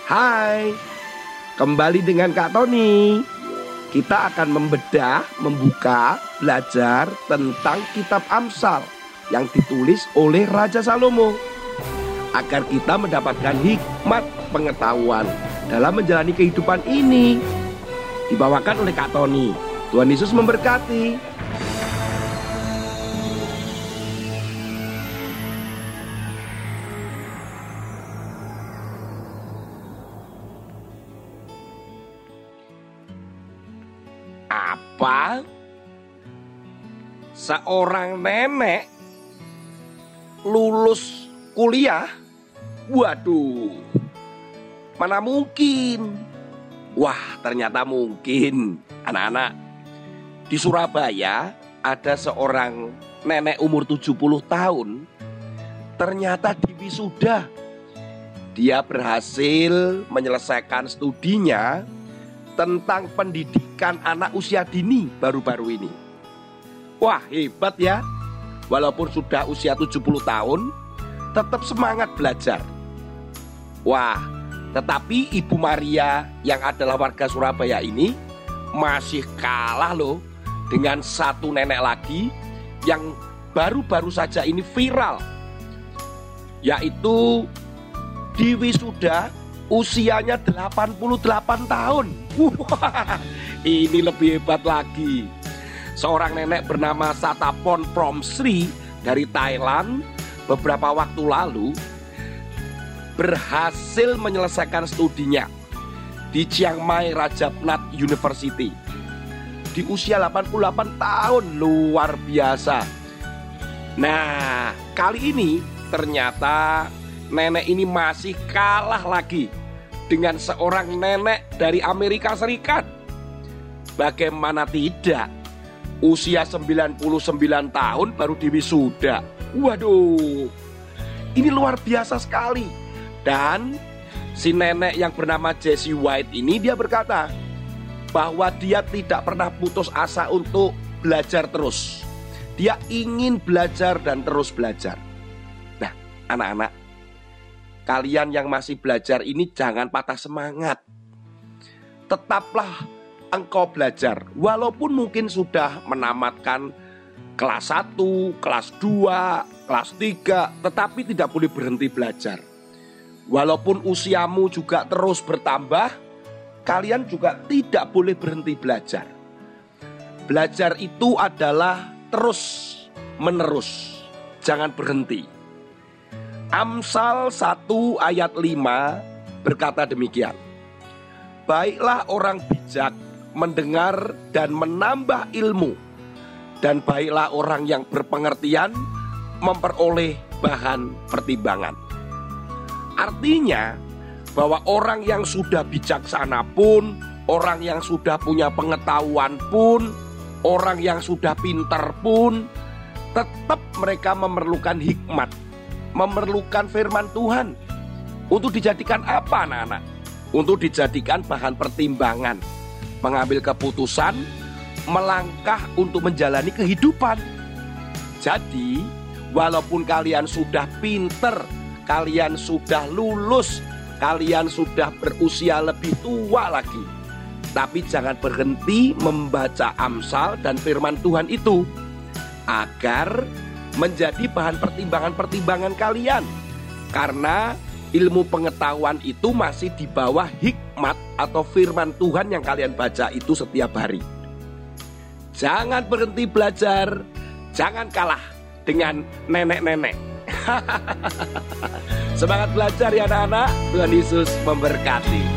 Hai, kembali dengan Kak Tony. Kita akan membuka, belajar tentang kitab Amsal yang ditulis oleh Raja Salomo, agar kita mendapatkan hikmat pengetahuan dalam menjalani kehidupan ini. Dibawakan oleh Kak Tony. Tuhan Yesus memberkati. Apa? Seorang nenek lulus kuliah? Waduh, mana mungkin? Wah, ternyata mungkin. Anak-anak, di Surabaya ada seorang nenek umur 70 tahun. Ternyata diwisuda. Dia berhasil menyelesaikan studinya tentang pendidikan anak usia dini baru-baru ini. Wah, hebat ya. Walaupun sudah usia 70 tahun, tetap semangat belajar. Wah, tetapi Ibu Maria yang adalah warga Surabaya ini masih kalah loh dengan satu nenek lagi yang baru-baru saja ini viral, yaitu diwisuda usianya 88 tahun. Wah, ini lebih hebat lagi. Seorang nenek bernama Satapon Promsri dari Thailand beberapa waktu lalu berhasil menyelesaikan studinya di Chiang Mai Rajabnath University di usia 88 tahun. Luar biasa. Nah, kali ini ternyata nenek ini masih kalah lagi dengan seorang nenek dari Amerika Serikat. Bagaimana tidak, usia 99 tahun baru diwisuda. Waduh, ini luar biasa sekali. Dan si nenek yang bernama Jessie White ini, dia berkata bahwa dia tidak pernah putus asa untuk belajar terus. Dia ingin belajar dan terus belajar. Nah, anak-anak, kalian yang masih belajar ini jangan patah semangat. Tetaplah engkau belajar. Walaupun mungkin sudah menamatkan kelas 1, kelas 2, kelas 3, tetapi tidak boleh berhenti belajar. Walaupun usiamu juga terus bertambah, kalian juga tidak boleh berhenti belajar. Belajar itu adalah terus menerus, jangan berhenti. Amsal 1 ayat 5 berkata demikian. Baiklah orang bijak mendengar dan menambah ilmu, dan baiklah orang yang berpengertian memperoleh bahan pertimbangan. Artinya bahwa orang yang sudah bijaksana pun, orang yang sudah punya pengetahuan pun, orang yang sudah pintar pun, tetap mereka memerlukan hikmat, memerlukan firman Tuhan. Untuk dijadikan apa, anak-anak? Untuk dijadikan bahan pertimbangan, mengambil keputusan, melangkah untuk menjalani kehidupan. Jadi, walaupun kalian sudah pinter, kalian sudah lulus, kalian sudah berusia lebih tua lagi, tapi jangan berhenti membaca Amsal dan firman Tuhan itu, agar menjadi bahan pertimbangan-pertimbangan kalian. Karena ilmu pengetahuan itu masih di bawah hikmat atau firman Tuhan yang kalian baca itu setiap hari. Jangan berhenti belajar, jangan kalah dengan nenek-nenek. Semangat belajar ya anak-anak. Tuhan Yesus memberkati.